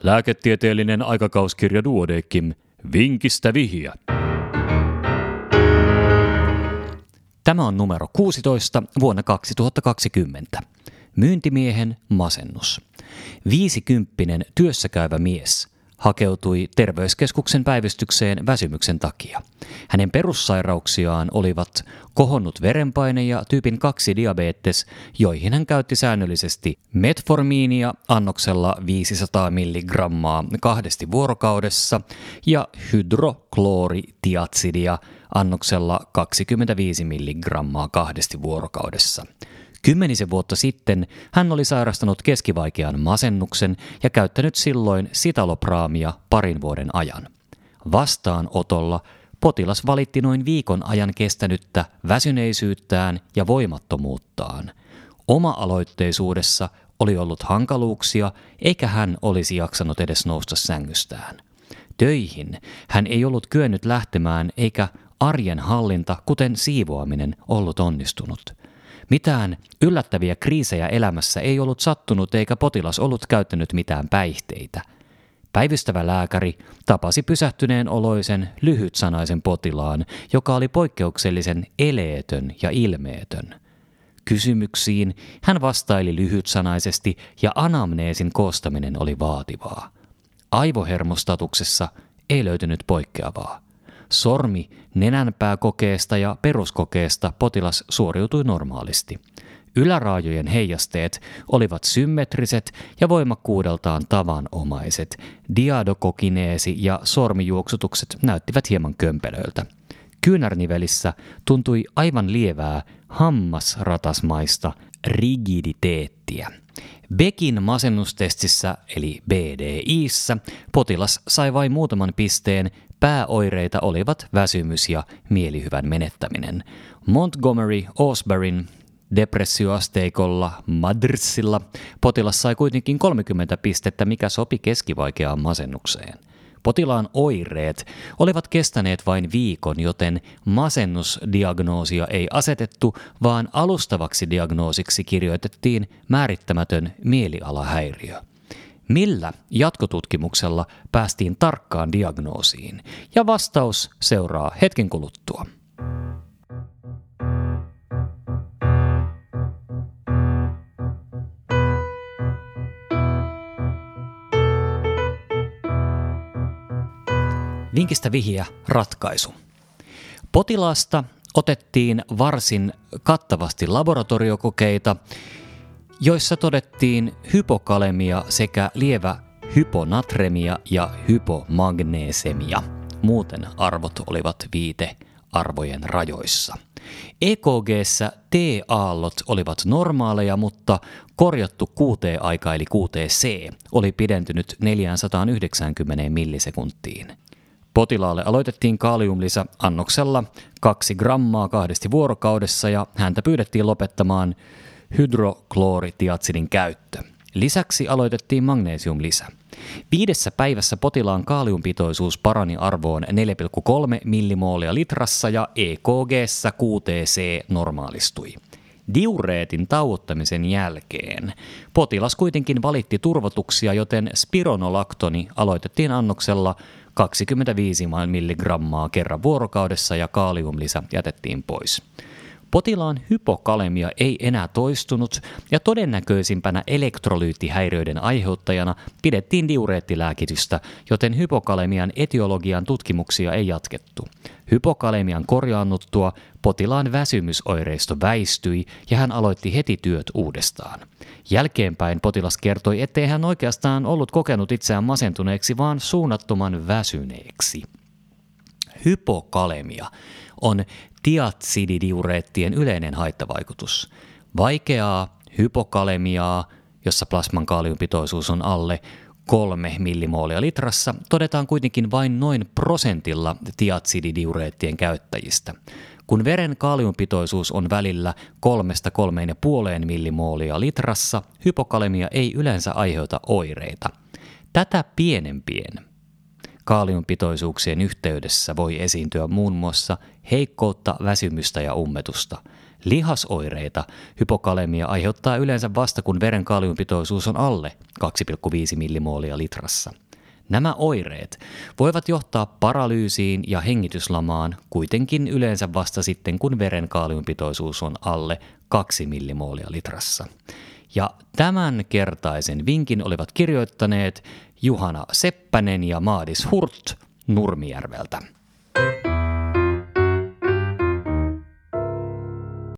Lääketieteellinen aikakauskirja Duodeckim, vinkistä vihja. Tämä on numero 16 vuonna 2020. Myyntimiehen masennus. 50 työssäkäyvä mies hakeutui terveyskeskuksen päivystykseen väsymyksen takia. Hänen perussairauksiaan olivat kohonnut verenpaine ja tyypin 2 diabetes, joihin hän käytti säännöllisesti metformiinia annoksella 500 mg 2 vuorokaudessa ja hydrokloritiatsidia annoksella 25 mg 2 vuorokaudessa. 10 vuotta sitten hän oli sairastanut keskivaikean masennuksen ja käyttänyt silloin sitalopraamia 2 vuoden ajan. Vastaanotolla potilas valitti noin viikon ajan kestänyttä väsyneisyyttään ja voimattomuuttaan. Oma-aloitteisuudessa oli ollut hankaluuksia, eikä hän olisi jaksanut edes nousta sängystään. Töihin hän ei ollut kyennyt lähtemään, eikä arjen hallinta, kuten siivoaminen, ollut onnistunut. Mitään yllättäviä kriisejä elämässä ei ollut sattunut, eikä potilas ollut käyttänyt mitään päihteitä. Päivystävä lääkäri tapasi pysähtyneen oloisen, lyhytsanaisen potilaan, joka oli poikkeuksellisen eleetön ja ilmeetön. Kysymyksiin hän vastaili lyhytsanaisesti ja anamneesin koostaminen oli vaativaa. Aivohermostatuksessa ei löytynyt poikkeavaa. Sormi nenänpääkokeesta ja peruskokeesta potilas suoriutui normaalisti. Yläraajojen heijasteet olivat symmetriset ja voimakkuudeltaan tavanomaiset. Diadokokineesi ja sormijuoksutukset näyttivät hieman kömpelöiltä. Kyynärnivelissä tuntui aivan lievää hammasratasmaista rigiditeettiä. Beckin masennustestissä eli BDI:ssä potilas sai vain muutaman pisteen. Pääoireita olivat väsymys ja mielihyvän menettäminen. Montgomery-Åsbergin depressioasteikolla MADRSilla potilas sai kuitenkin 30 pistettä, mikä sopi keskivaikeaan masennukseen. Potilaan oireet olivat kestäneet vain viikon, joten masennusdiagnoosia ei asetettu, vaan alustavaksi diagnoosiksi kirjoitettiin määrittämätön mielialahäiriö. Millä jatkotutkimuksella päästiin tarkkaan diagnoosiin? Ja vastaus seuraa hetken kuluttua. Vinkistä vihja ratkaisu. Potilaasta otettiin varsin kattavasti laboratoriokokeita, joissa todettiin hypokalemia sekä lievä hyponatremia ja hypomagnesemia. Muuten arvot olivat viitearvojen rajoissa. EKG:ssä T-aallot olivat normaaleja, mutta korjattu QT-aika eli QTC oli pidentynyt 490 millisekuntiin. Potilaalle aloitettiin kaliumlisä annoksella 2 grammaa 2 vuorokaudessa ja häntä pyydettiin lopettamaan hydrokloritiatsidin käyttö. Lisäksi aloitettiin magnesiumlisä. 5 päivässä potilaan kaliumpitoisuus parani arvoon 4,3 millimoolia litrassa ja EKG:ssä QTC normaalistui. Diureetin tauottamisen jälkeen potilas kuitenkin valitti turvotuksia, joten spironolaktoni aloitettiin annoksella 25 milligrammaa kerran vuorokaudessa ja kaliumlisä jätettiin pois. Potilaan hypokalemia ei enää toistunut ja todennäköisimpänä elektrolyyttihäiriöiden aiheuttajana pidettiin diureettilääkitystä, joten hypokalemian etiologian tutkimuksia ei jatkettu. Hypokalemian korjaannuttua potilaan väsymysoireisto väistyi ja hän aloitti heti työt uudestaan. Jälkeenpäin potilas kertoi, ettei hän oikeastaan ollut kokenut itseään masentuneeksi, vaan suunnattoman väsyneeksi. Hypokalemia on tiatsididiureettien yleinen haittavaikutus. Vaikeaa hypokalemiaa, jossa plasman kaliumpitoisuus on alle 3 millimoolia litrassa, todetaan kuitenkin vain noin prosentilla tiatsididiureettien käyttäjistä. Kun veren kaliumpitoisuus on välillä 3–3,5 millimoolia litrassa, hypokalemia ei yleensä aiheuta oireita. Tätä pienempien kaliumpitoisuuksien yhteydessä voi esiintyä muun muassa heikkoutta, väsymystä ja ummetusta. Lihasoireita hypokalemia aiheuttaa yleensä vasta, kun veren kaliumpitoisuus on alle 2,5 millimoolia litrassa. Nämä oireet voivat johtaa paralyysiin ja hengityslamaan kuitenkin yleensä vasta sitten, kun veren kaliumpitoisuus on alle 2 millimoolia litrassa. Ja tämän kertaisen vinkin olivat kirjoittaneet Juhana Seppänen ja Maadis Hurt Nurmijärveltä.